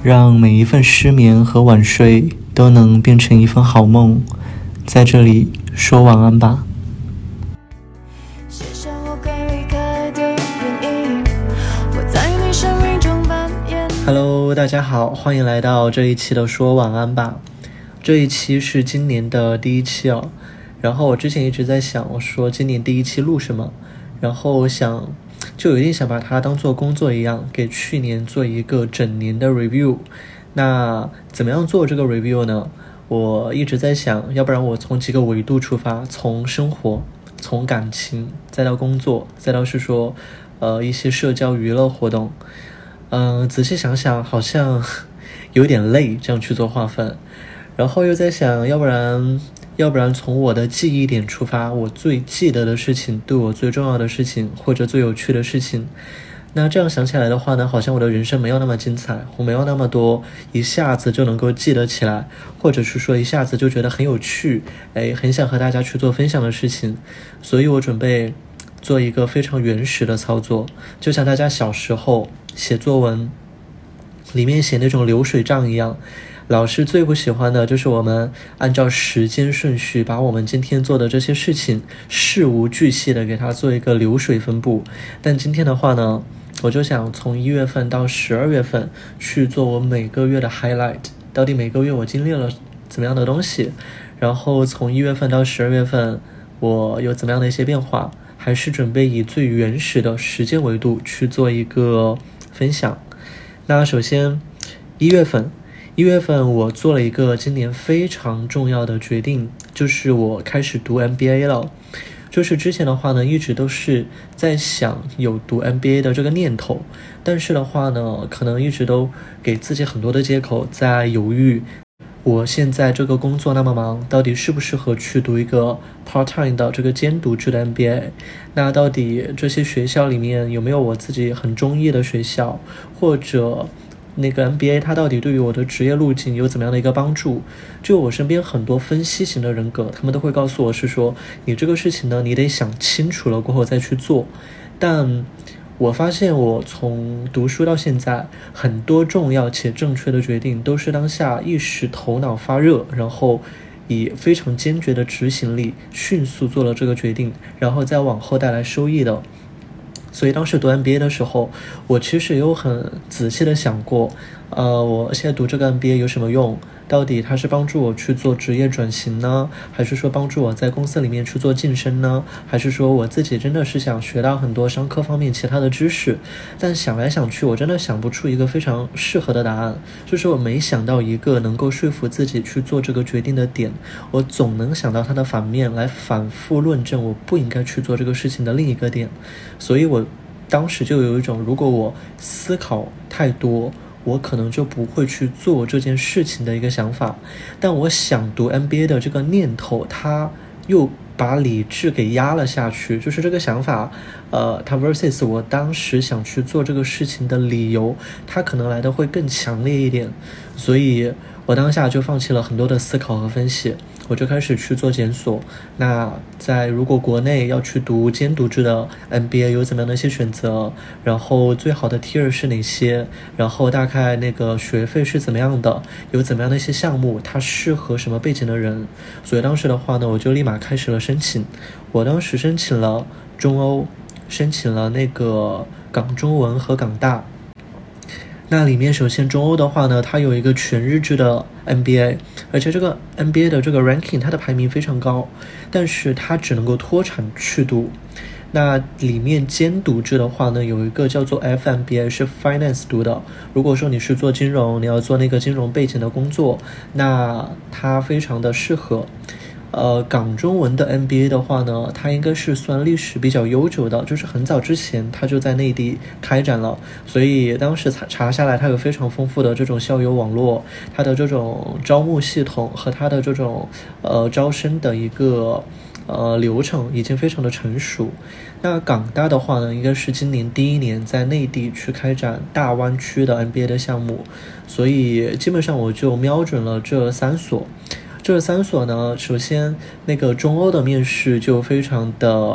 让每一份失眠和晚睡都能变成一份好梦。在这里说晚安吧。Hello， 大家好，欢迎来到这一期的说晚安吧。这一期是今年的第一期哦。然后我之前一直在想，我说今年第一期录什么，然后我想就有点想把它当做工作一样，给去年做一个整年的 review。那怎么样做这个 review 呢？我一直在想，要不然我从几个维度出发，从生活，从感情，再到工作，再到是说一些社交娱乐活动。仔细想想好像有点累这样去做划分，然后又在想要不然从我的记忆点出发，我最记得的事情，对我最重要的事情，或者最有趣的事情。那这样想起来的话呢，好像我的人生没有那么精彩，我没有那么多一下子就能够记得起来，或者是说一下子就觉得很有趣，很想和大家去做分享的事情。所以我准备做一个非常原始的操作，就像大家小时候写作文里面写那种流水账一样。老师最不喜欢的就是我们按照时间顺序把我们今天做的这些事情事无巨细的给它做一个流水分布。但今天的话呢，我就想从1月份到12月份去做我每个月的 highlight， 到底每个月我经历了怎么样的东西，然后从1月份到12月份我有怎么样的一些变化，还是准备以最原始的时间维度去做一个分享。那首先1月份我做了一个今年非常重要的决定，就是我开始读 MBA 了。就是之前的话呢，一直都是在想有读 MBA 的这个念头，但是的话呢，可能一直都给自己很多的借口，在犹豫我现在这个工作那么忙，到底适不适合去读一个 part-time 的这个兼读制的 MBA。 那到底这些学校里面有没有我自己很中意的学校，或者那个 MBA 它到底对于我的职业路径有怎么样的一个帮助。就我身边很多分析型的人格，他们都会告诉我是说，你这个事情呢，你得想清楚了过后再去做。但我发现我从读书到现在，很多重要且正确的决定都是当下一时头脑发热，然后以非常坚决的执行力迅速做了这个决定，然后再往后带来收益的。所以当时读 MBA 的时候，我其实有很仔细的想过，我现在读这个 MBA 有什么用？到底它是帮助我去做职业转型呢，还是说帮助我在公司里面去做晋升呢？还是说我自己真的是想学到很多商科方面其他的知识？但想来想去，我真的想不出一个非常适合的答案，就是我没想到一个能够说服自己去做这个决定的点，我总能想到它的反面来反复论证我不应该去做这个事情的另一个点。所以我当时就有一种，如果我思考太多，我可能就不会去做这件事情的一个想法。但我想读 MBA 的这个念头，它又把理智给压了下去，就是这个想法它 versus 我当时想去做这个事情的理由，它可能来的会更强烈一点。所以我当下就放弃了很多的思考和分析，我就开始去做检索。那在如果国内要去读兼读制的 MBA 有怎么样的一些选择，然后最好的 tier 是哪些，然后大概那个学费是怎么样的，有怎么样的一些项目，它适合什么背景的人。所以当时的话呢，我就立马开始了申请。我当时申请了中欧，申请了那个港中文和港大。那里面首先中欧的话呢，它有一个全日制的 MBA， 而且这个 MBA 的这个 ranking 它的排名非常高，但是它只能够脱产去读。那里面兼读制的话呢，有一个叫做 FMBA 是 Finance 读的。如果说你是做金融，你要做那个金融背景的工作，那它非常的适合。港中文的 MBA 的话呢，它应该是算历史比较悠久的，就是很早之前它就在内地开展了，所以当时查下来，它有非常丰富的这种校友网络，它的这种招募系统和它的这种招生的一个流程已经非常的成熟。那港大的话呢，应该是今年第一年在内地去开展大湾区的 MBA 的项目，所以基本上我就瞄准了这3所。这3所呢，首先那个中欧的面试就非常的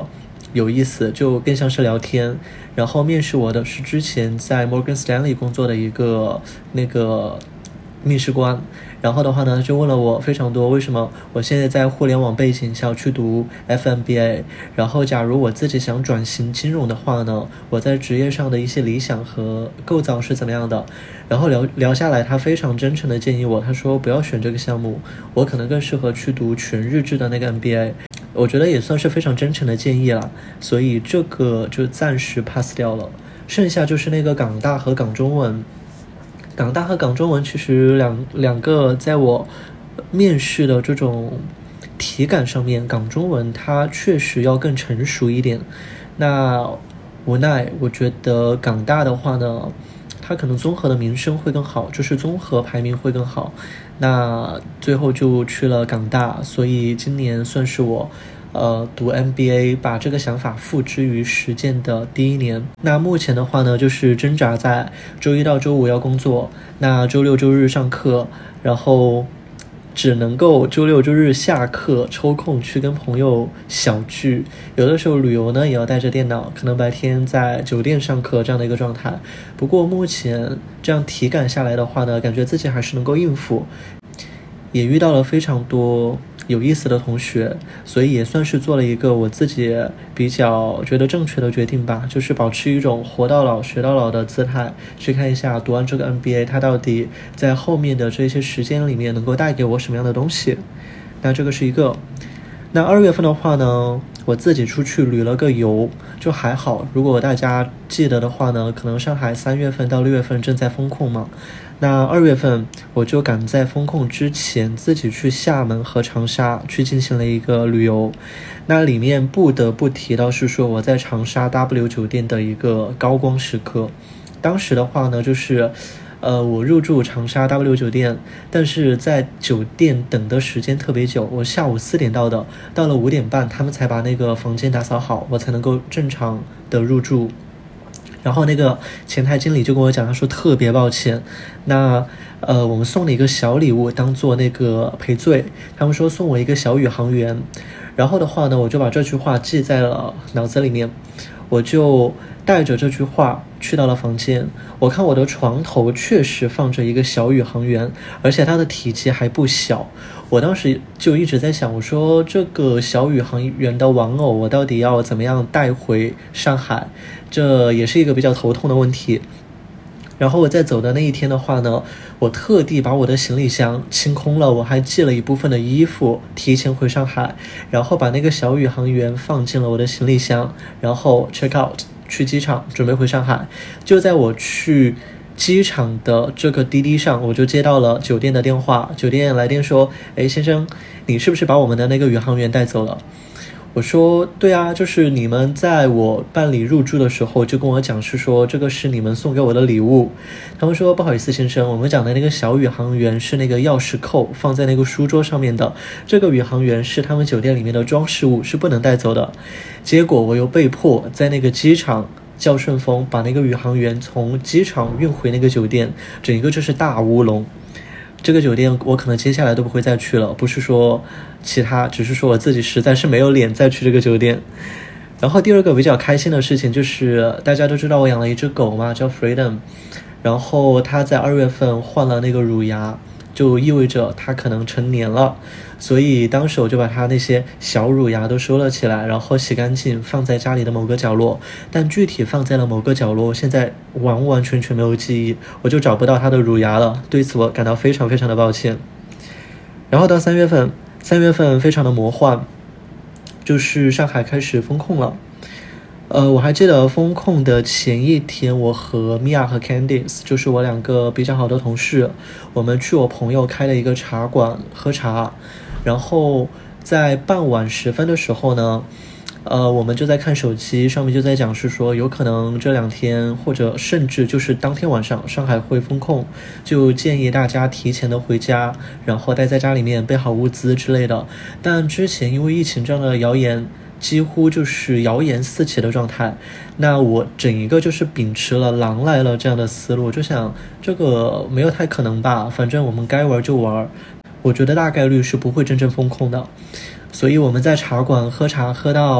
有意思，就更像是聊天。然后面试我的是之前在 Morgan Stanley 工作的一个那个面试官，然后的话呢就问了我非常多，为什么我现在在互联网背景下去读 FMBA， 然后假如我自己想转型金融的话呢，我在职业上的一些理想和构造是怎么样的。然后聊下来，他非常真诚的建议我，他说不要选这个项目，我可能更适合去读全日制的那个 MBA。我觉得也算是非常真诚的建议了，所以这个就暂时 pass 掉了。剩下就是那个港大和港中文，港大和港中文其实两个在我面试的这种体感上面，港中文它确实要更成熟一点。那无奈我觉得港大的话呢，它可能综合的名声会更好，就是综合排名会更好。那最后就去了港大，所以今年算是我读 MBA 把这个想法付之于实践的第一年。那目前的话呢，就是挣扎在周一到周五要工作，那周六周日上课，然后只能够周六周日下课抽空去跟朋友小聚，有的时候旅游呢也要带着电脑，可能白天在酒店上课这样的一个状态。不过目前这样体感下来的话呢，感觉自己还是能够应付，也遇到了非常多有意思的同学，所以也算是做了一个我自己比较觉得正确的决定吧，就是保持一种活到老学到老的姿态，去看一下读完这个 MBA 它到底在后面的这些时间里面能够带给我什么样的东西。那这个是一个。那2月份的话呢，我自己出去旅了个游，就还好。如果大家记得的话呢，可能上海3月份到6月份正在封控嘛，那2月份我就赶在封控之前自己去厦门和长沙去进行了一个旅游。那里面不得不提到是说我在长沙 W 酒店的一个高光时刻。当时的话呢，就是我入住长沙 W 酒店，但是在酒店等的时间特别久，我下午4点到的，到了5点半他们才把那个房间打扫好，我才能够正常的入住。然后那个前台经理就跟我讲，他说特别抱歉，那我们送了一个小礼物当做那个赔罪，他们说送我一个小宇航员。然后的话呢，我就把这句话记在了脑子里面，我就带着这句话去到了房间。我看我的床头确实放着一个小宇航员，而且它的体积还不小。我当时就一直在想，我说这个小宇航员的玩偶我到底要怎么样带回上海，这也是一个比较头痛的问题。然后我在走的那一天的话呢，我特地把我的行李箱清空了，我还寄了一部分的衣服提前回上海，然后把那个小宇航员放进了我的行李箱，然后 check out 去机场准备回上海。就在我去机场的这个滴滴上，我就接到了酒店的电话，酒店来电说，先生，你是不是把我们的那个宇航员带走了？我说对啊，就是你们在我办理入住的时候就跟我讲，是说这个是你们送给我的礼物。他们说不好意思先生，我们讲的那个小宇航员是那个钥匙扣放在那个书桌上面的，这个宇航员是他们酒店里面的装饰物，是不能带走的。结果我又被迫在那个机场叫顺丰把那个宇航员从机场运回那个酒店，整一个就是大乌龙。这个酒店我可能接下来都不会再去了，不是说其他，只是说我自己实在是没有脸再去这个酒店。然后第二个比较开心的事情就是大家都知道我养了一只狗嘛，叫 Freedom， 然后它在2月份换了那个乳牙，就意味着它可能成年了，所以当时我就把它那些小乳牙都收了起来，然后洗干净放在家里的某个角落，但具体放在了某个角落我现在完完全全没有记忆，我就找不到它的乳牙了，对此我感到非常非常的抱歉。然后到3月份非常的魔幻，就是上海开始封控了。我还记得封控的前一天，我和 Mia 和 Candice 就是我2个比较好的同事，我们去我朋友开的一个茶馆喝茶，然后在傍晚时分的时候呢，我们就在看手机，上面就在讲是说有可能这2天或者甚至就是当天晚上上海会封控，就建议大家提前的回家，然后待在家里面备好物资之类的。但之前因为疫情这样的谣言几乎就是谣言四起的状态，那我整一个就是秉持了狼来了这样的思路，就想这个没有太可能吧，反正我们该玩就玩，我觉得大概率是不会真正封控的。所以我们在茶馆喝茶喝到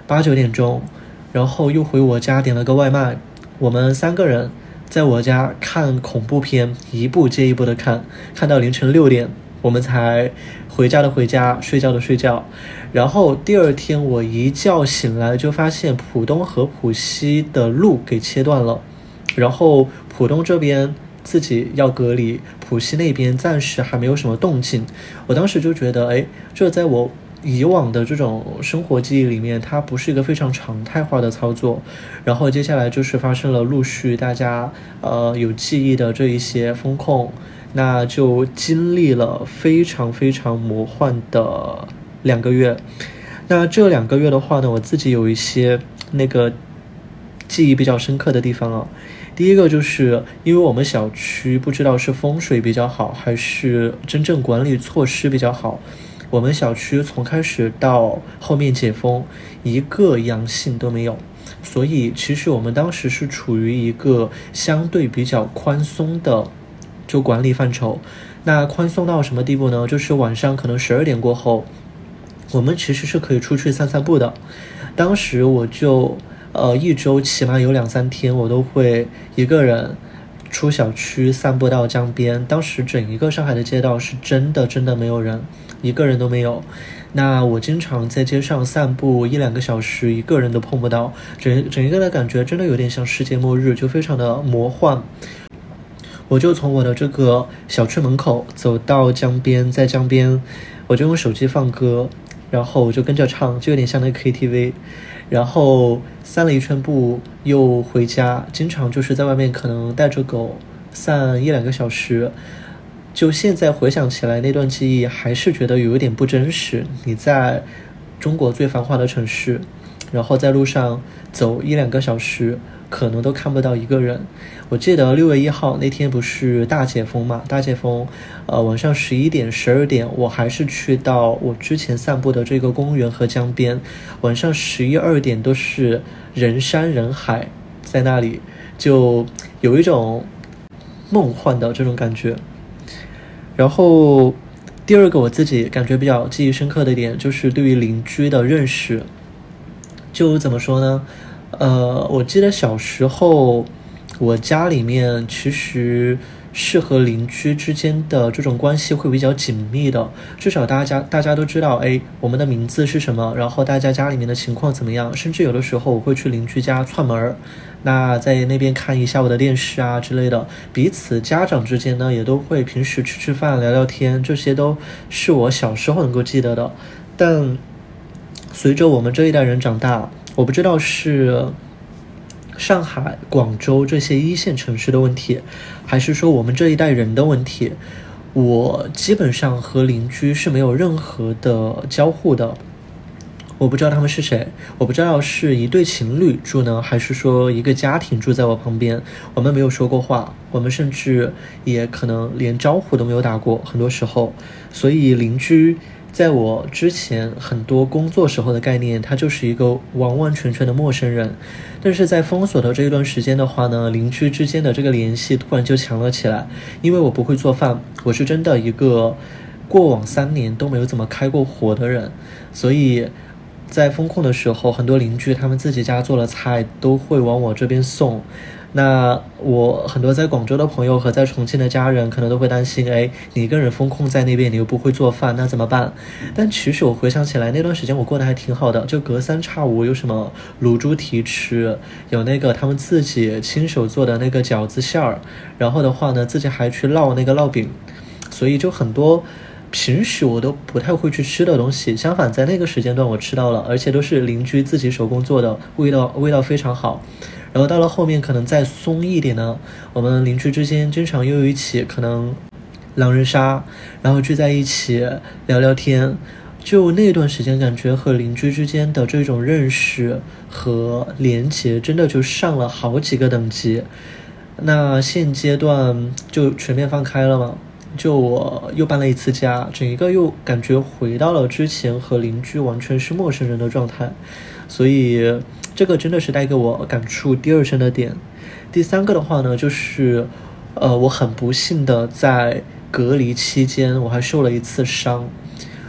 8、9点钟，然后又回我家点了个外卖，我们3个人在我家看恐怖片，一部接一部的看，看到凌晨6点，我们才回家的回家，睡觉的睡觉。然后第二天我一觉醒来就发现浦东和浦西的路给切断了，然后浦东这边自己要隔离，浦西那边暂时还没有什么动静。我当时就觉得，这在我以往的这种生活记忆里面，它不是一个非常常态化的操作。然后接下来就是发生了陆续大家有记忆的这一些风控，那就经历了非常非常魔幻的2个月。那这2个月的话呢，我自己有一些那个记忆比较深刻的地方啊。第一个就是因为我们小区不知道是风水比较好还是真正管理措施比较好，我们小区从开始到后面解封一个阳性都没有，所以其实我们当时是处于一个相对比较宽松的就管理范畴。那宽松到什么地步呢？就是晚上可能12点过后，我们其实是可以出去散散步的。当时我就一周起码有2-3天我都会一个人出小区散步到江边。当时整一个上海的街道是真的没有人，一个人都没有。那我经常在街上散步1-2个小时，一个人都碰不到，整一个的感觉真的有点像世界末日，就非常的魔幻。我就从我的这个小区门口走到江边，在江边我就用手机放歌，然后我就跟着唱，就有点像那个 KTV。然后散了一圈步又回家，经常就是在外面可能带着狗散1-2个小时。就现在回想起来，那段记忆还是觉得有一点不真实。你在中国最繁华的城市，然后在路上走1-2个小时可能都看不到一个人。我记得6月1号那天不是大解封嘛，大解封晚上11点12点我还是去到我之前散步的这个公园和江边，晚上11、2点都是人山人海，在那里就有一种梦幻的这种感觉。然后第二个我自己感觉比较记忆深刻的一点就是对于邻居的认识。就怎么说呢，我记得小时候我家里面其实是和邻居之间的这种关系会比较紧密的，至少大家都知道我们的名字是什么，然后大家家里面的情况怎么样，甚至有的时候我会去邻居家串门，那在那边看一下我的电视啊之类的。彼此家长之间呢也都会平时吃饭聊聊天，这些都是我小时候能够记得的。但随着我们这一代人长大，我不知道是上海、广州这些1线城市的问题，还是说我们这一代人的问题，我基本上和邻居是没有任何的交互的。我不知道他们是谁，我不知道是一对情侣住呢，还是说一个家庭住在我旁边。我们没有说过话，我们甚至也可能连招呼都没有打过，很多时候。所以邻居在我之前很多工作时候的概念，它就是一个完完全全的陌生人。但是在封锁的这一段时间的话呢，邻居之间的这个联系突然就强了起来。因为我不会做饭，我是真的一个过往3年都没有怎么开过火的人，所以在封控的时候，很多邻居他们自己家做了菜都会往我这边送。那我很多在广州的朋友和在重庆的家人可能都会担心，你一个人封控在那边，你又不会做饭，那怎么办？但其实我回想起来，那段时间我过得还挺好的，就隔3差5有什么卤猪蹄吃，有那个他们自己亲手做的那个饺子馅儿，然后的话呢自己还去烙那个烙饼，所以就很多平时我都不太会去吃的东西，相反在那个时间段我吃到了，而且都是邻居自己手工做的，味道非常好。然后到了后面可能再松一点呢，我们邻居之间经常又一起可能狼人杀，然后聚在一起聊聊天。就那段时间感觉和邻居之间的这种认识和连结真的就上了好几个等级。那现阶段就全面放开了嘛，就我又搬了一次家，整一个又感觉回到了之前和邻居完全是陌生人的状态。所以这个真的是带给我感触第2深的点。第3个的话呢，就是我很不幸的在隔离期间我还受了一次伤。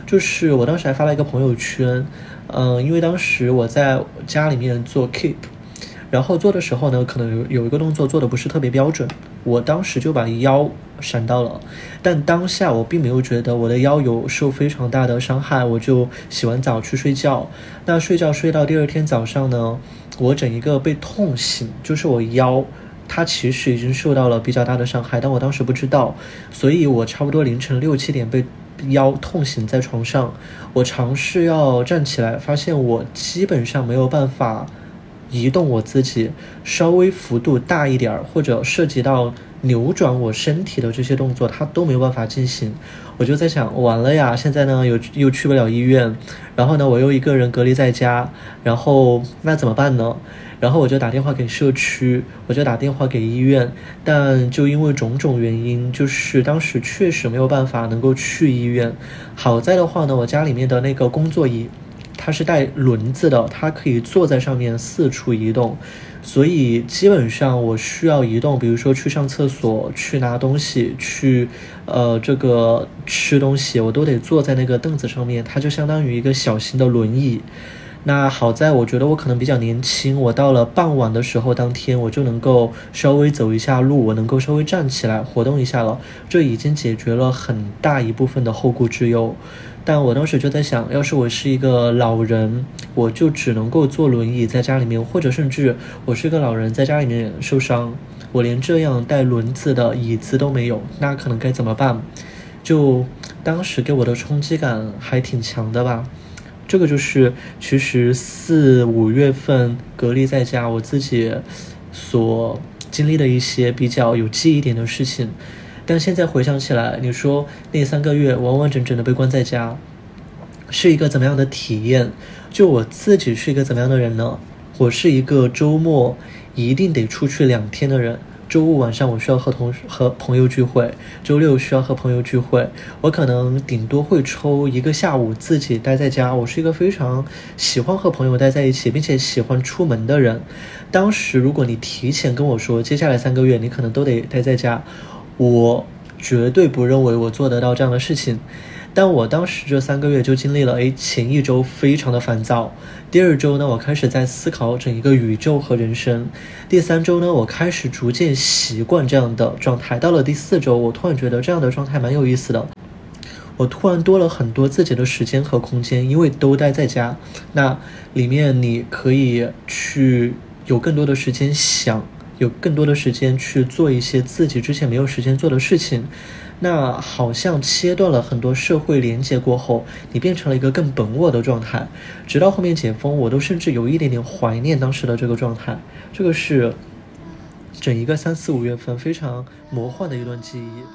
就是我当时还发了一个朋友圈，因为当时我在家里面做 keep，然后做的时候呢，可能有一个动作做的不是特别标准，我当时就把腰闪到了，但当下我并没有觉得我的腰有受非常大的伤害，我就洗完澡去睡觉。那睡觉睡到第二天早上呢，我整一个被痛醒，就是我腰它其实已经受到了比较大的伤害，但我当时不知道，所以我差不多凌晨6、7点被腰痛醒在床上，我尝试要站起来，发现我基本上没有办法移动我自己，稍微幅度大一点或者涉及到扭转我身体的这些动作它都没有办法进行。我就在想，完了呀，现在呢又去不了医院，然后呢我又一个人隔离在家，然后那怎么办呢？然后我就打电话给社区，我就打电话给医院，但就因为种种原因，就是当时确实没有办法能够去医院。好在的话呢，我家里面的那个工作椅它是带轮子的，它可以坐在上面四处移动，所以基本上我需要移动，比如说去上厕所、去拿东西、去这个吃东西，我都得坐在那个凳子上面，它就相当于一个小型的轮椅。那好在我觉得我可能比较年轻，我到了傍晚的时候，当天我就能够稍微走一下路，我能够稍微站起来活动一下了，这已经解决了很大一部分的后顾之忧。但我当时就在想，要是我是一个老人，我就只能够坐轮椅在家里面，或者甚至我是个老人在家里面受伤，我连这样带轮子的椅子都没有，那可能该怎么办？就当时给我的冲击感还挺强的吧。这个就是其实4、5月份隔离在家我自己所经历的一些比较有记忆点的事情。但现在回想起来，你说那3个月完完整整的被关在家是一个怎么样的体验？就我自己是一个怎么样的人呢？我是一个周末一定得出去2天的人，周五晚上我需要和朋友聚会，周六需要和朋友聚会，我可能顶多会抽一个下午自己待在家。我是一个非常喜欢和朋友待在一起并且喜欢出门的人。当时如果你提前跟我说接下来3个月你可能都得待在家，我绝对不认为我做得到这样的事情。但我当时这3个月就经历了，前1周非常的烦躁，第2周呢，我开始在思考整一个宇宙和人生，第3周呢，我开始逐渐习惯这样的状态，到了第4周，我突然觉得这样的状态蛮有意思的，我突然多了很多自己的时间和空间，因为都待在家，那里面你可以去有更多的时间想，有更多的时间去做一些自己之前没有时间做的事情。那好像切断了很多社会连接过后，你变成了一个更本我的状态，直到后面解封，我都甚至有一点点怀念当时的这个状态。这个是整一个3、4、5月份非常魔幻的一段记忆。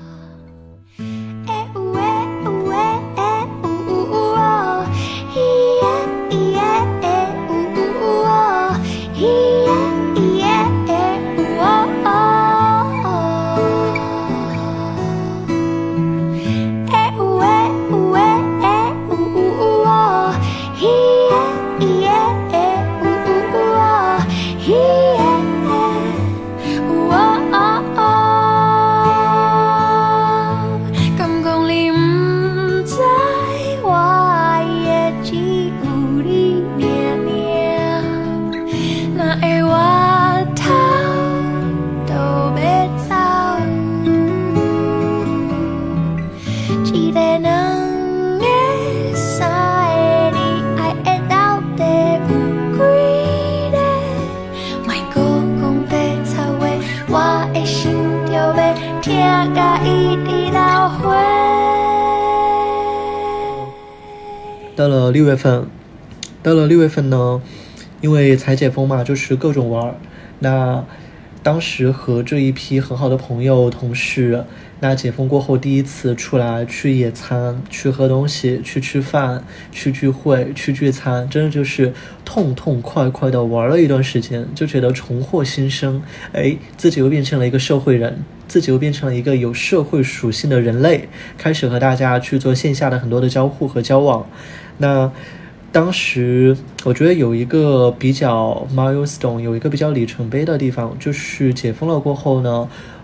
到了6月份呢，因为才解封嘛，就是各种玩。那当时和这一批很好的朋友同事，那解封过后第一次出来去野餐，去喝东西，去吃饭，去聚会，去聚餐，真的就是痛痛快快的玩了一段时间，就觉得重获新生，自己又变成了一个社会人，自己又变成了一个有社会属性的人类，开始和大家去做线下的很多的交互和交往。那当时我觉得有一个比较 milestone， 有一个比较里程碑的地方，就是解封了过后呢，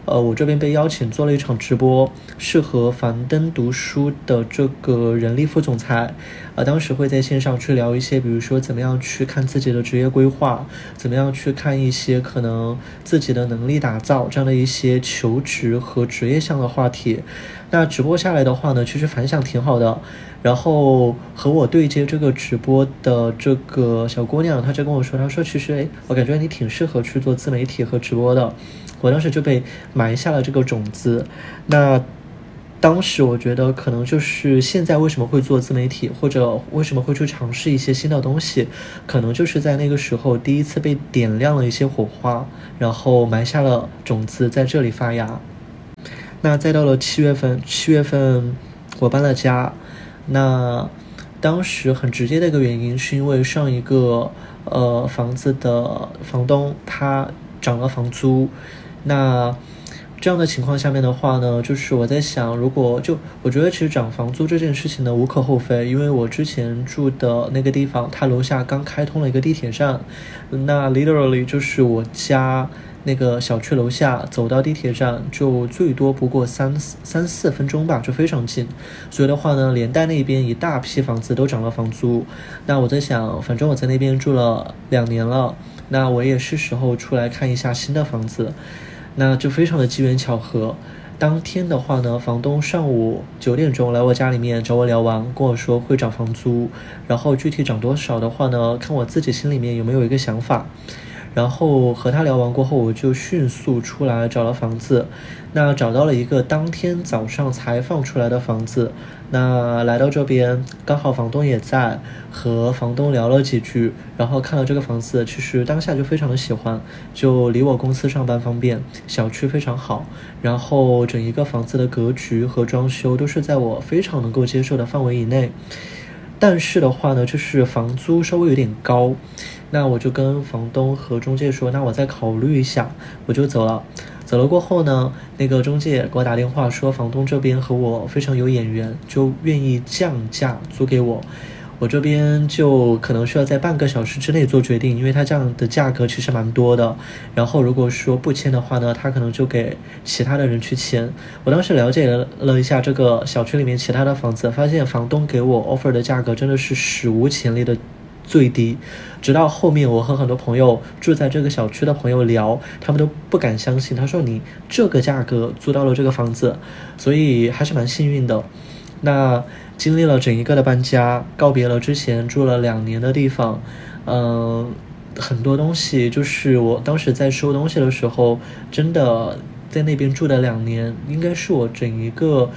我这边被邀请做了一场直播，是和樊登读书的这个人力副总裁，当时会在线上去聊一些，比如说怎么样去看自己的职业规划，怎么样去看一些可能自己的能力打造这样的一些求职和职业项的话题。那直播下来的话呢，其实反响挺好的。然后和我对接这个直播的这个小姑娘，她就跟我说，她说其实我感觉你挺适合去做自媒体和直播的。我当时就被埋下了这个种子。那当时我觉得可能就是现在为什么会做自媒体，或者为什么会去尝试一些新的东西，可能就是在那个时候第一次被点亮了一些火花，然后埋下了种子在这里发芽。那再到了七月份我搬了家。那当时很直接的一个原因是因为上一个房子的房东他涨了房租。那这样的情况下面的话呢，就是我在想，如果我觉得其实涨房租这件事情呢无可厚非，因为我之前住的那个地方，它楼下刚开通了一个地铁站，那 literally 就是我家那个小区楼下走到地铁站就最多不过三四分钟吧，就非常近。所以的话呢，连带那边一大批房子都涨了房租。那我在想，反正我在那边住了2年了，那我也是时候出来看一下新的房子。那就非常的机缘巧合，当天的话呢，房东上午9点钟来我家里面找我聊完，跟我说会涨房租，然后具体涨多少的话呢，看我自己心里面有没有一个想法。然后和他聊完过后，我就迅速出来找了房子。那找到了一个当天早上才放出来的房子。那来到这边刚好房东也在，和房东聊了几句，然后看了这个房子，其实当下就非常的喜欢，就离我公司上班方便，小区非常好，然后整一个房子的格局和装修都是在我非常能够接受的范围以内。但是的话呢，就是房租稍微有点高。那我就跟房东和中介说，那我再考虑一下，我就走了。走了过后呢，那个中介给我打电话说，房东这边和我非常有眼缘，就愿意降价租给我。我这边就可能需要在半个小时之内做决定，因为它这样的价格其实蛮多的。然后如果说不签的话呢，他可能就给其他的人去签。我当时了解了一下这个小区里面其他的房子，发现房东给我 offer 的价格真的是史无前例的最低。直到后面我和很多朋友住在这个小区的朋友聊，他们都不敢相信，他说你这个价格租到了这个房子，所以还是蛮幸运的。那经历了整一个的搬家，告别了之前住了2年的地方，很多东西就是我当时在收东西的时候，真的在那边住的2年，应该是我整一个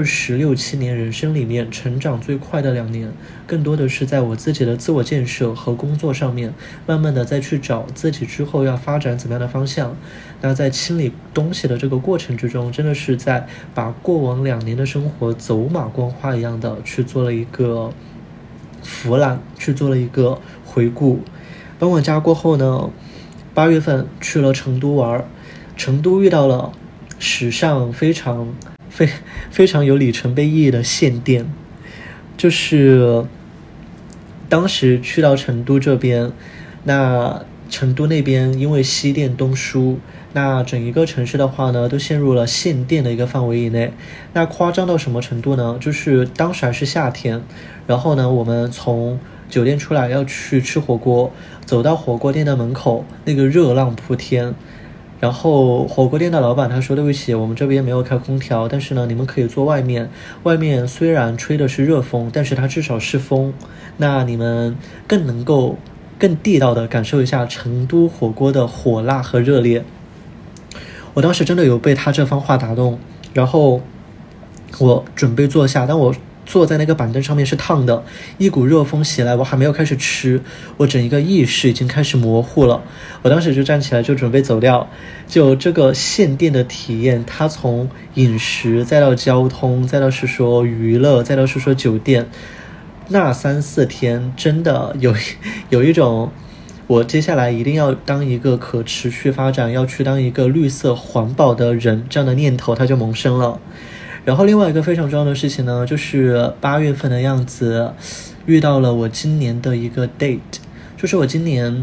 26、7年人生里面成长最快的2年，更多的是在我自己的自我建设和工作上面，慢慢的再去找自己之后要发展怎么样的方向。那在清理东西的这个过程之中，真的是在把过往2年的生活走马观花一样的去做了一个俯览，去做了一个回顾。搬完家过后呢，8月份去了成都玩。成都遇到了史上非常有里程碑意义的限电，就是当时去到成都这边，那成都那边因为西电东输，那整一个城市的话呢都陷入了限电的一个范围以内。那夸张到什么程度呢，就是当时还是夏天，然后呢我们从酒店出来要去吃火锅，走到火锅店的门口，那个热浪扑天。然后火锅店的老板他说，对不起，我们这边没有开空调，但是呢你们可以坐外面，外面虽然吹的是热风，但是它至少是风，那你们更能够更地道的感受一下成都火锅的火辣和热烈。我当时真的有被他这番话打动，然后我准备坐下，但我坐在那个板凳上面是烫的，一股热风袭来，我还没有开始吃，我整一个意识已经开始模糊了。我当时就站起来就准备走掉。就这个限电的体验，它从饮食再到交通，再到是说娱乐，再到是说酒店，那3、4天真的有一种我接下来一定要当一个可持续发展，要去当一个绿色环保的人这样的念头它就萌生了。然后另外一个非常重要的事情呢，就是8月份的样子遇到了我今年的一个 date， 就是我今年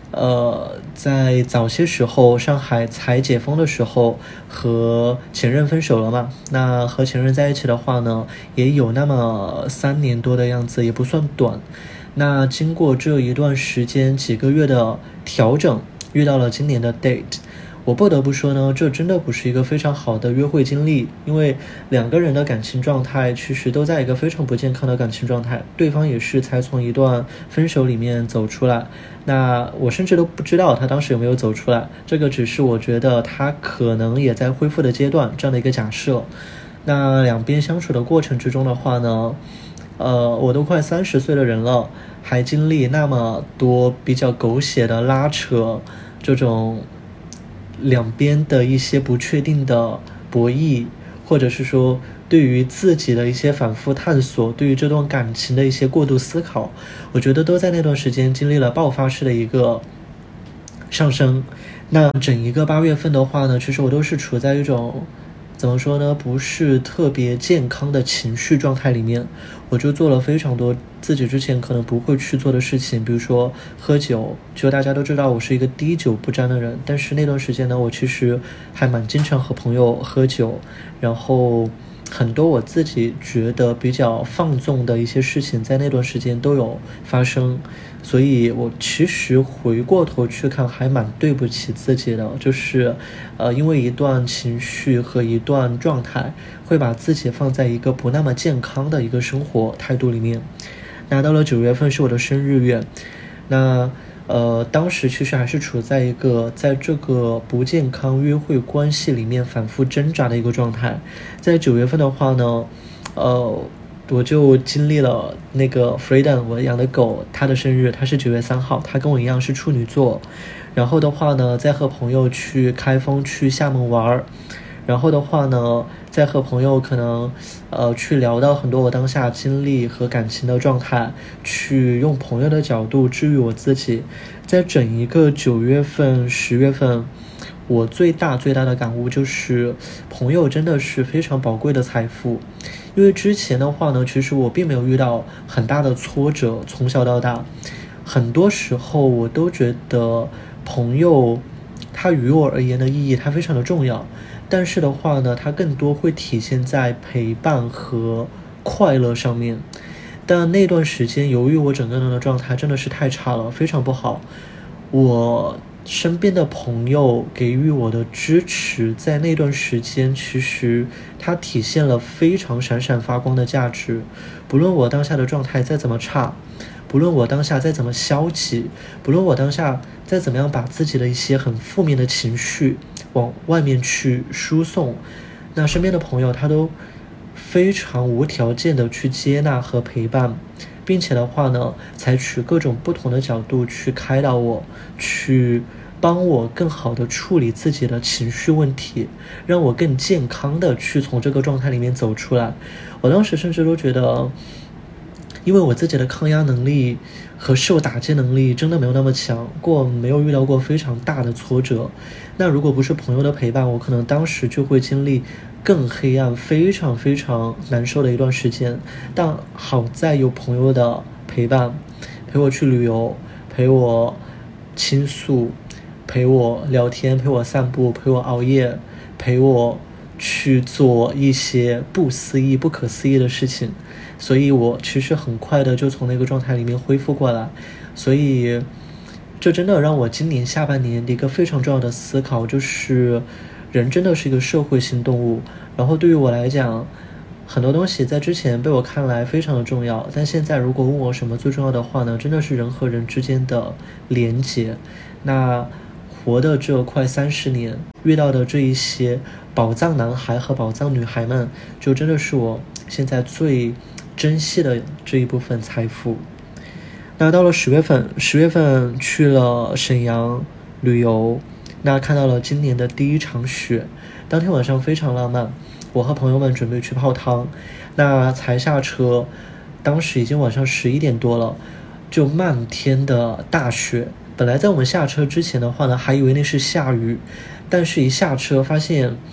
在早些时候上海才解封的时候和前任分手了嘛，那和前任在一起的话呢也有那么3年多的样子，也不算短。那经过这一段时间几个月的调整，遇到了今年的 date， 我不得不说呢，这真的不是一个非常好的约会经历，因为2个人的感情状态其实都在一个非常不健康的感情状态，对方也是才从一段分手里面走出来，那我甚至都不知道他当时有没有走出来，这个只是我觉得他可能也在恢复的阶段这样的一个假设。那两边相处的过程之中的话呢，我都快30岁的人了，还经历那么多比较狗血的拉扯，这种两边的一些不确定的博弈，或者是说对于自己的一些反复探索，对于这段感情的一些过度思考，我觉得都在那段时间经历了爆发式的一个上升。那整一个8月份的话呢，其实我都是处在一种怎么说呢，不是特别健康的情绪状态里面，我就做了非常多自己之前可能不会去做的事情，比如说喝酒，就大家都知道我是一个滴酒不沾的人，但是那段时间呢，我其实还蛮经常和朋友喝酒，然后很多我自己觉得比较放纵的一些事情在那段时间都有发生，所以我其实回过头去看还蛮对不起自己的，就是因为一段情绪和一段状态会把自己放在一个不那么健康的一个生活态度里面。那到了9月份是我的生日月，那当时其实还是处在一个在这个不健康约会关系里面反复挣扎的一个状态。在9月份的话呢，我就经历了那个 Freedom 我养的狗，它的生日，它是9月3号，它跟我一样是处女座。然后的话呢，再和朋友去开封去厦门玩，然后的话呢，再和朋友可能去聊到很多我当下经历和感情的状态，去用朋友的角度治愈我自己。在整一个9月份10月份，我最大的感悟就是朋友真的是非常宝贵的财富。因为之前的话呢，其实我并没有遇到很大的挫折，从小到大很多时候我都觉得朋友它于我而言的意义它非常的重要，但是的话呢，它更多会体现在陪伴和快乐上面。但那段时间由于我整个人的状态真的是太差了，非常不好，我身边的朋友给予我的支持在那段时间其实它体现了非常闪闪发光的价值。不论我当下的状态再怎么差，不论我当下再怎么消极，不论我当下再怎么样把自己的一些很负面的情绪往外面去输送，那身边的朋友他都非常无条件的去接纳和陪伴，并且的话呢，采取各种不同的角度去开导我，去帮我更好的处理自己的情绪问题，让我更健康的去从这个状态里面走出来。我当时甚至都觉得，因为我自己的抗压能力和受打击能力真的没有那么强，没有遇到过非常大的挫折。那如果不是朋友的陪伴，我可能当时就会经历更黑暗非常非常难受的一段时间。但好在有朋友的陪伴，陪我去旅游，陪我倾诉，陪我聊天，陪我散步，陪我熬夜，陪我去做一些不可思议的事情，所以我其实很快的就从那个状态里面恢复过来。所以这真的让我今年下半年的一个非常重要的思考，就是人真的是一个社会性动物。然后对于我来讲，很多东西在之前被我看来非常的重要，但现在如果问我什么最重要的话呢，真的是人和人之间的连结。那活的这快30年遇到的这一些宝藏男孩和宝藏女孩们，就真的是我现在最珍惜的这一部分财富。那到了10月份去了沈阳旅游，那看到了今年的第一场雪，当天晚上非常浪漫，我和朋友们准备去泡汤，那才下车，当时已经晚上11点多了，就漫天的大雪。本来在我们下车之前的话呢，还以为那是下雨，但是一下车发现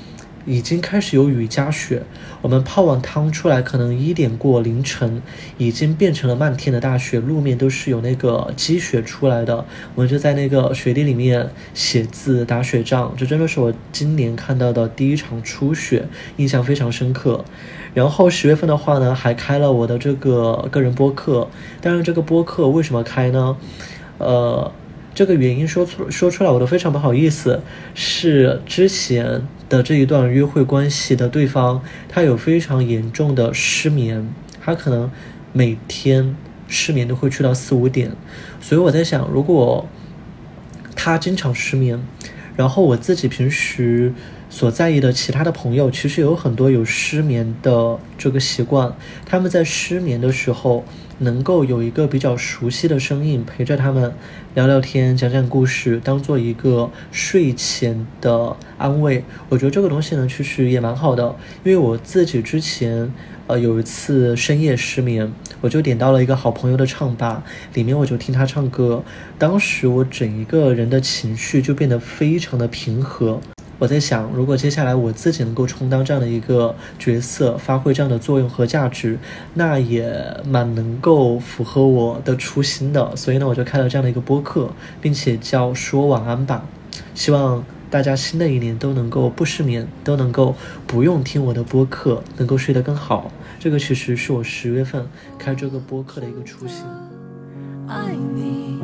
已经开始有雨夹雪，我们泡完汤出来，可能1点过凌晨，已经变成了漫天的大雪，路面都是有那个积雪出来的。我们就在那个雪地里面写字、打雪仗，这真的是我今年看到的第一场初雪，印象非常深刻。然后10月份的话呢，还开了我的这个个人播客。当然，这个播客为什么开呢？这个原因说出来我都非常不好意思，是之前的这一段约会关系的对方，他有非常严重的失眠，他可能每天失眠都会去到4-5点，所以我在想，如果他经常失眠，然后我自己平时所在意的其他的朋友，其实有很多有失眠的这个习惯，他们在失眠的时候能够有一个比较熟悉的声音陪着他们聊聊天、讲讲故事，当做一个睡前的安慰。我觉得这个东西呢，其实也蛮好的，因为我自己之前有一次深夜失眠，我就点到了一个好朋友的唱吧，里面我就听他唱歌，当时我整一个人的情绪就变得非常的平和。我在想，如果接下来我自己能够充当这样的一个角色，发挥这样的作用和价值，那也蛮能够符合我的初心的。所以呢，我就开了这样的一个播客，并且叫说晚安吧。希望大家新的一年都能够不失眠，都能够不用听我的播客，能够睡得更好。这个其实是我10月份开这个播客的一个初心。 爱你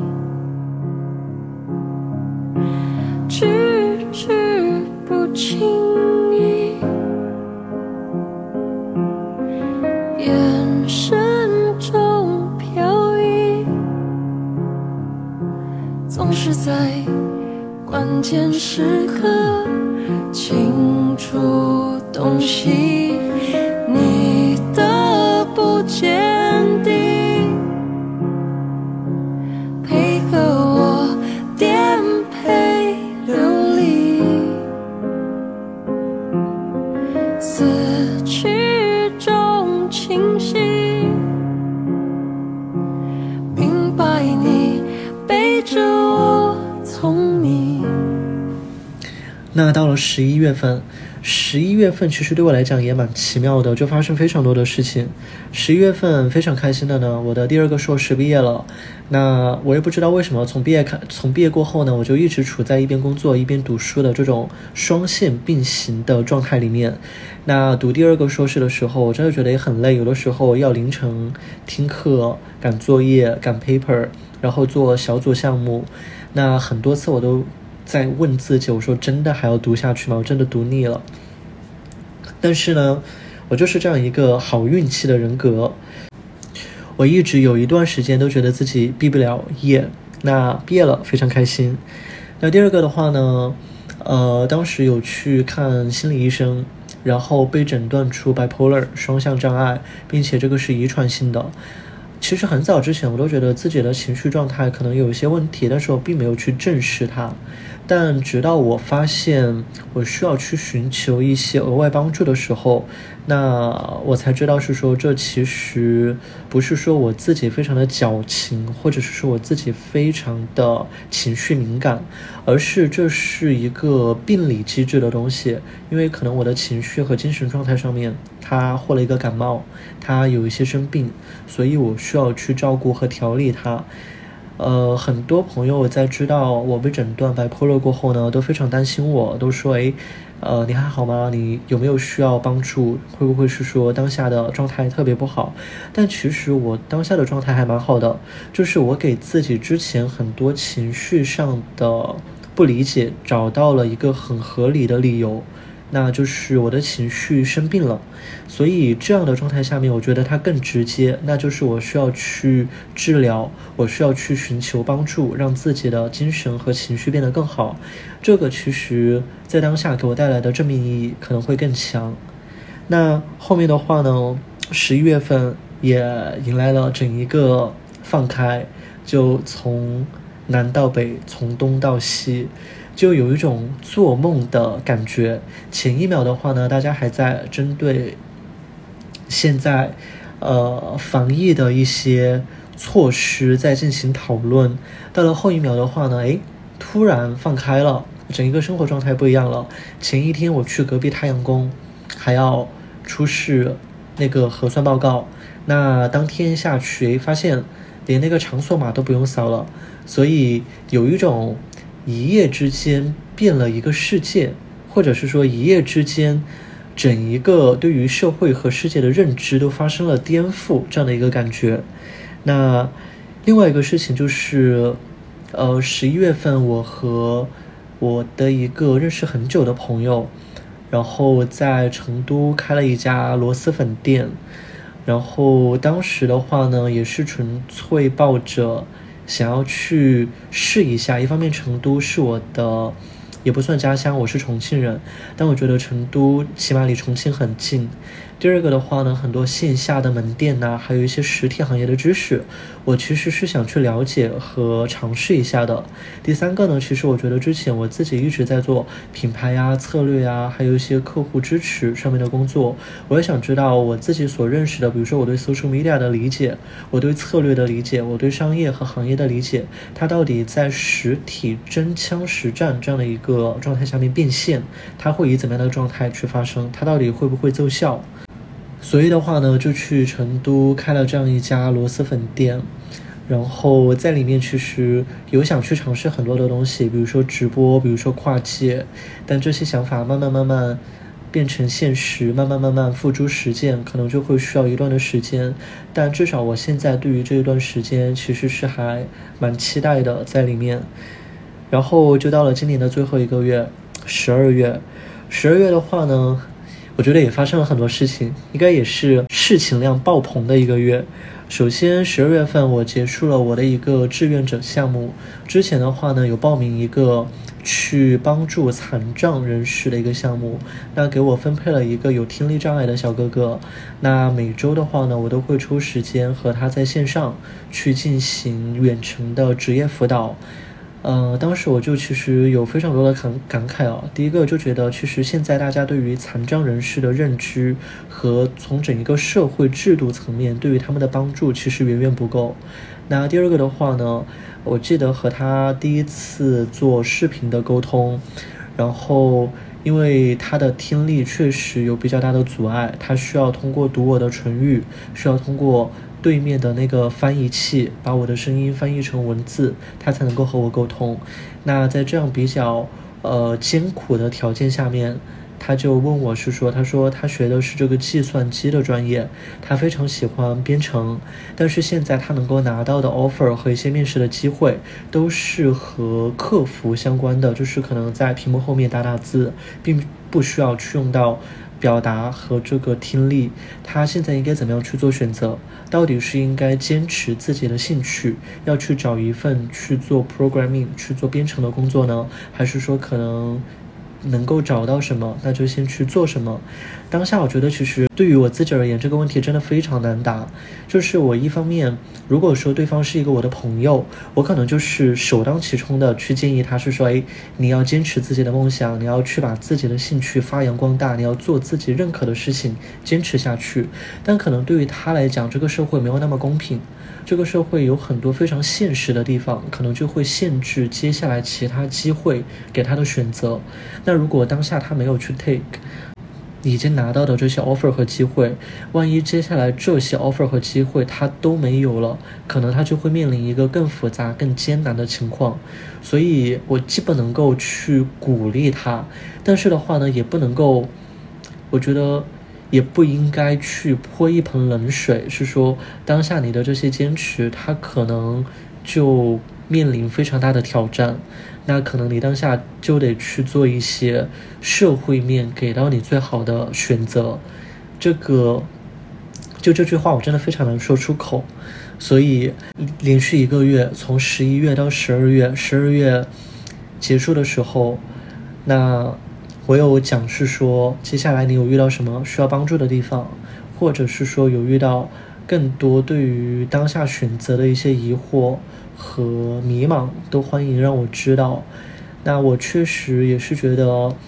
句句不经意，眼神中飘逸，总是在关键时刻清楚洞悉你的不坚定，配合我颠沛流离，思绪中清晰，明白你背着我从你。 那到了11月份，11月份其实对我来讲也蛮奇妙的，就发生非常多的事情。11月份非常开心的呢，我的第2个硕士毕业了。那我也不知道为什么，从毕业过后呢，我就一直处在一边工作一边读书的这种双线并行的状态里面。那读第2个硕士的时候，我真的觉得也很累，有的时候要凌晨听课、赶作业、赶 paper， 然后做小组项目。那很多次我都在问自己，我说真的还要读下去吗？我真的读腻了。但是呢，我就是这样一个好运气的人格，我一直有一段时间都觉得自己毕不了业。那毕业了，非常开心。那第2个的话呢，当时有去看心理医生，然后被诊断出 bipolar 双向障碍，并且这个是遗传性的。其实很早之前我都觉得自己的情绪状态可能有一些问题，但是我并没有去正视它。但直到我发现我需要去寻求一些额外帮助的时候，那我才知道是说，这其实不是说我自己非常的矫情，或者是说我自己非常的情绪敏感，而是这是一个病理机制的东西。因为可能我的情绪和精神状态上面，它患了一个感冒，它有一些生病，所以我需要去照顾和调理它。很多朋友在知道我被诊断bipolar过后呢，都非常担心我，都说你还好吗？你有没有需要帮助？会不会是说当下的状态特别不好？但其实我当下的状态还蛮好的，就是我给自己之前很多情绪上的不理解找到了一个很合理的理由，那就是我的情绪生病了。所以这样的状态下面，我觉得它更直接，那就是我需要去治疗，我需要去寻求帮助，让自己的精神和情绪变得更好。这个其实在当下给我带来的正面意义可能会更强。那后面的话呢，11月份也迎来了整一个放开，就从南到北，从东到西，就有一种做梦的感觉。前一秒的话呢，大家还在针对现在防疫的一些措施在进行讨论，到了后一秒的话呢，突然放开了， 整一个生活状态不一样了。前一天我去隔壁太阳宫，还要出示那个核酸报告，那当天下去发现连那个场所码都不用扫了，所以有一种一夜之间变了一个世界，或者是说一夜之间整一个对于社会和世界的认知都发生了颠覆这样的一个感觉。那另外一个事情就是11月份我和我的一个认识很久的朋友，然后在成都开了一家螺蛳粉店，然后当时的话呢也是纯粹抱着想要去试一下，一方面成都是我的也不算家乡，我是重庆人，但我觉得成都起码离重庆很近。第二个的话呢，很多线下的门店呐，还有一些实体行业的知识，我其实是想去了解和尝试一下的。第三个呢，其实我觉得之前我自己一直在做品牌呀、策略呀，还有一些客户支持上面的工作，我也想知道我自己所认识的，比如说我对 social media 的理解，我对策略的理解，我对商业和行业的理解，它到底在实体真枪实战这样的一个状态下面变现，它会以怎么样的状态去发生，它到底会不会奏效。所以的话呢，就去成都开了这样一家螺蛳粉店，然后在里面其实有想去尝试很多的东西，比如说直播，比如说跨界，但这些想法慢慢变成现实，慢慢付诸实践，可能就会需要一段的时间。但至少我现在对于这一段时间其实是还蛮期待的在里面。然后就到了今年的最后一个月，12月。12月的话呢，我觉得也发生了很多事情，应该也是事情量爆棚的一个月。首先12月份我结束了我的一个志愿者项目，之前的话呢有报名一个去帮助残障人士的一个项目，那给我分配了一个有听力障碍的小哥哥，那每周的话呢我都会抽时间和他在线上去进行远程的职业辅导。当时我就其实有非常多的感慨啊。第一个就觉得，其实现在大家对于残障人士的认知和从整一个社会制度层面对于他们的帮助其实远远不够。那第二个的话呢，我记得和他第一次做视频的沟通，然后因为他的听力确实有比较大的阻碍，他需要通过读我的唇语，需要通过对面的那个翻译器把我的声音翻译成文字，他才能够和我沟通。那在这样比较艰苦的条件下面，他就问我是说，他说他学的是这个计算机的专业，他非常喜欢编程，但是现在他能够拿到的 offer 和一些面试的机会都是和客服相关的，就是可能在屏幕后面打字，并不需要去用到表达和这个听力。他现在应该怎么样去做选择？到底是应该坚持自己的兴趣，要去找一份去做 programming 去做编程的工作呢，还是说可能能够找到什么那就先去做什么？当下我觉得其实对于我自己而言，这个问题真的非常难答。就是我一方面如果说对方是一个我的朋友，我可能就是首当其冲的去建议他是说，你要坚持自己的梦想，你要去把自己的兴趣发扬光大，你要做自己认可的事情，坚持下去。但可能对于他来讲，这个社会没有那么公平，这个社会有很多非常现实的地方，可能就会限制接下来其他机会给他的选择。那如果当下他没有去 take 已经拿到的这些 offer 和机会，万一接下来这些 offer 和机会他都没有了，可能他就会面临一个更复杂更艰难的情况。所以我既不能够去鼓励他，但是的话呢也不能够，我觉得也不应该去泼一盆冷水，是说当下你的这些坚持它可能就面临非常大的挑战，那可能你当下就得去做一些社会面给到你最好的选择。这句话我真的非常难说出口。所以连续一个月，从11月到12月，12月结束的时候，那我有讲是说接下来你有遇到什么需要帮助的地方，或者是说有遇到更多对于当下选择的一些疑惑和迷茫，都欢迎让我知道。那我确实也是觉得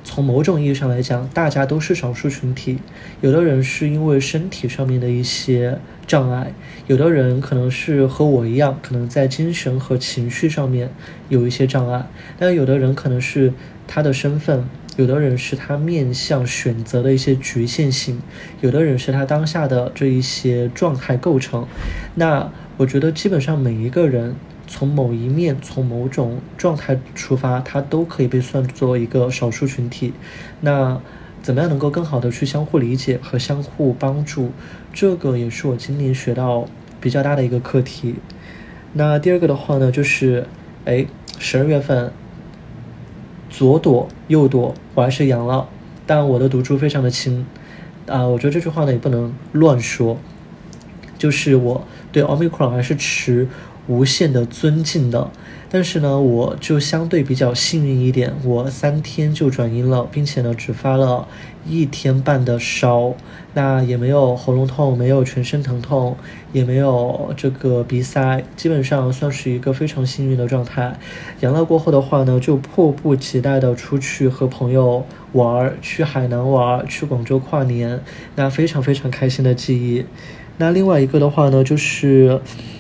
从某种意义上来讲，大家都是少数群体。有的人是因为身体上面的一些障碍，有的人可能是和我一样，可能在精神和情绪上面有一些障碍，但有的人可能是他的身份，有的人是他面向选择的一些局限性，有的人是他当下的这一些状态构成。那我觉得基本上每一个人从某一面，从某种状态出发，它都可以被算作一个少数群体。那怎么样能够更好的去相互理解和相互帮助，这个也是我今年学到比较大的一个课题。那第二个的话呢，就是12月份左躲右躲，我还是阳了，但我的毒株非常的轻我觉得这句话呢也不能乱说，就是我对 Omicron 还是持无限的尊敬的。但是呢，我就相对比较幸运一点，我3天就转阴了，并且呢只发了1天半的烧，那也没有喉咙痛，没有全身疼痛，也没有这个鼻塞，基本上算是一个非常幸运的状态。阳了过后的话呢，就迫不及待的出去和朋友玩，去海南玩，去广州跨年，那非常非常开心的记忆。那另外一个的话呢，就是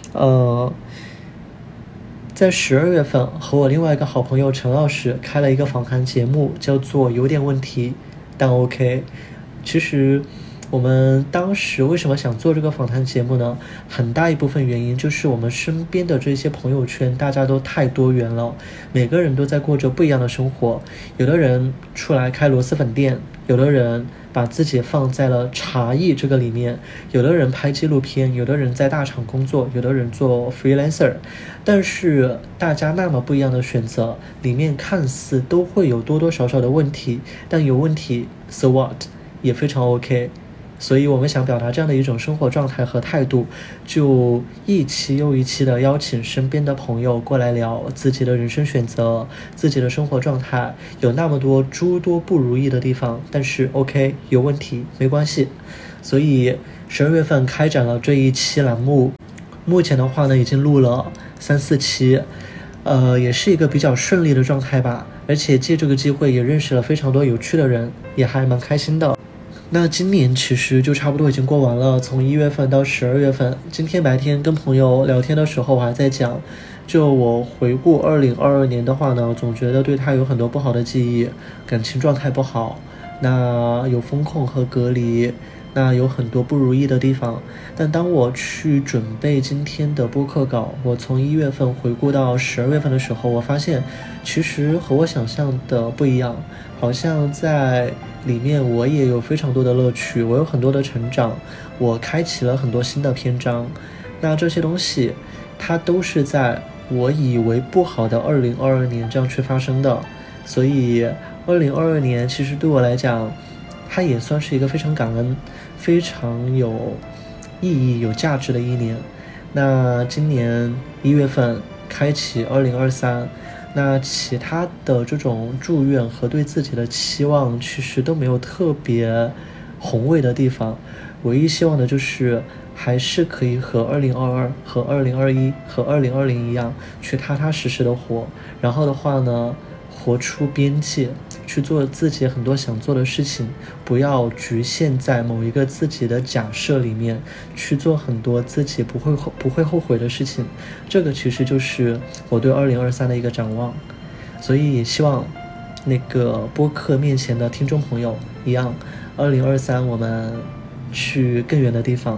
在12月份和我另外一个好朋友陈老师开了一个访谈节目，叫做有点问题但 OK。 其实我们当时为什么想做这个访谈节目呢？很大一部分原因就是我们身边的这些朋友圈大家都太多元了，每个人都在过着不一样的生活。有的人出来开螺蛳粉店，有的人把自己放在了茶艺这个里面，有的人拍纪录片，有的人在大厂工作，有的人做 freelancer。 但是大家那么不一样的选择里面，看似都会有多多少少的问题，但有问题 so what 也非常 OK。所以我们想表达这样的一种生活状态和态度，就一期又一期的邀请身边的朋友过来聊自己的人生选择，自己的生活状态，有那么多诸多不如意的地方，但是 OK 有问题没关系。所以12月份开展了这一期栏目，目前的话呢已经录了3-4期，也是一个比较顺利的状态吧，而且借这个机会也认识了非常多有趣的人，也还蛮开心的。那今年其实就差不多已经过完了，从1月份到12月份。今天白天跟朋友聊天的时候，我还在讲，就我回顾2022年的话呢，总觉得对它有很多不好的记忆，感情状态不好，那有风控和隔离，那有很多不如意的地方。但当我去准备今天的播客稿，我从1月份回顾到12月份的时候，我发现其实和我想象的不一样，好像在里面我也有非常多的乐趣，我有很多的成长，我开启了很多新的篇章。那这些东西它都是在我以为不好的2022年这样去发生的。所以2022年其实对我来讲，它也算是一个非常感恩，非常有意义有价值的一年。那今年1月份开启2023，那其他的这种祝愿和对自己的期望其实都没有特别宏伟的地方，唯一希望的就是还是可以和2022和2021和2020一样，去踏踏实实的活，然后的话呢活出边界，去做自己很多想做的事情，不要局限在某一个自己的假设里面，去做很多自己不会后悔的事情。这个其实就是我对2023的一个展望。所以也希望那个播客面前的听众朋友一样，2023我们去更远的地方。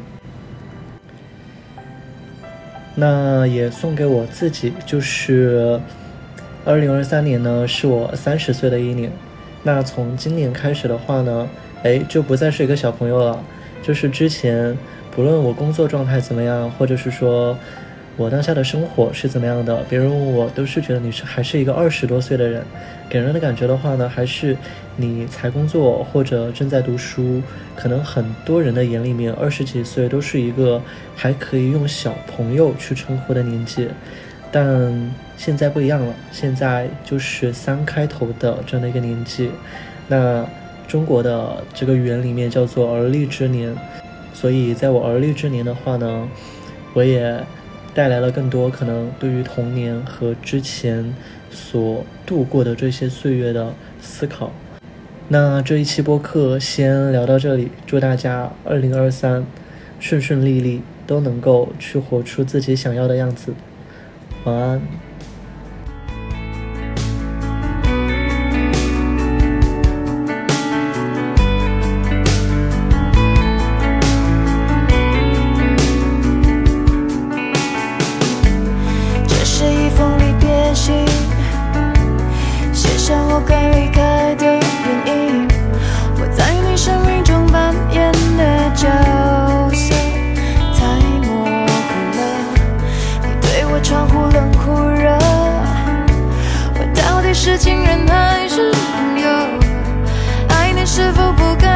那也送给我自己，就是2023年呢是我30岁的一年。那从今年开始的话呢，就不再是一个小朋友了。就是之前不论我工作状态怎么样，或者是说我当下的生活是怎么样的，别人问我都是觉得你还是一个20多岁的人，给人的感觉的话呢，还是你才工作或者正在读书。可能很多人的眼里面20几岁都是一个还可以用小朋友去称呼的年纪，但现在不一样了，现在就是3开头的这样的一个年纪。那中国的这个语言里面叫做而立之年，所以在我而立之年的话呢，我也带来了更多可能对于童年和之前所度过的这些岁月的思考。那这一期播客先聊到这里，祝大家2023顺顺利利，都能够去活出自己想要的样子。晚安。 这是一封离别信，写下我该离开的原因。我在你生命中扮演的角色太模糊了，你对我超忽冷忽热，我到底是情人还是朋友？爱你是否不该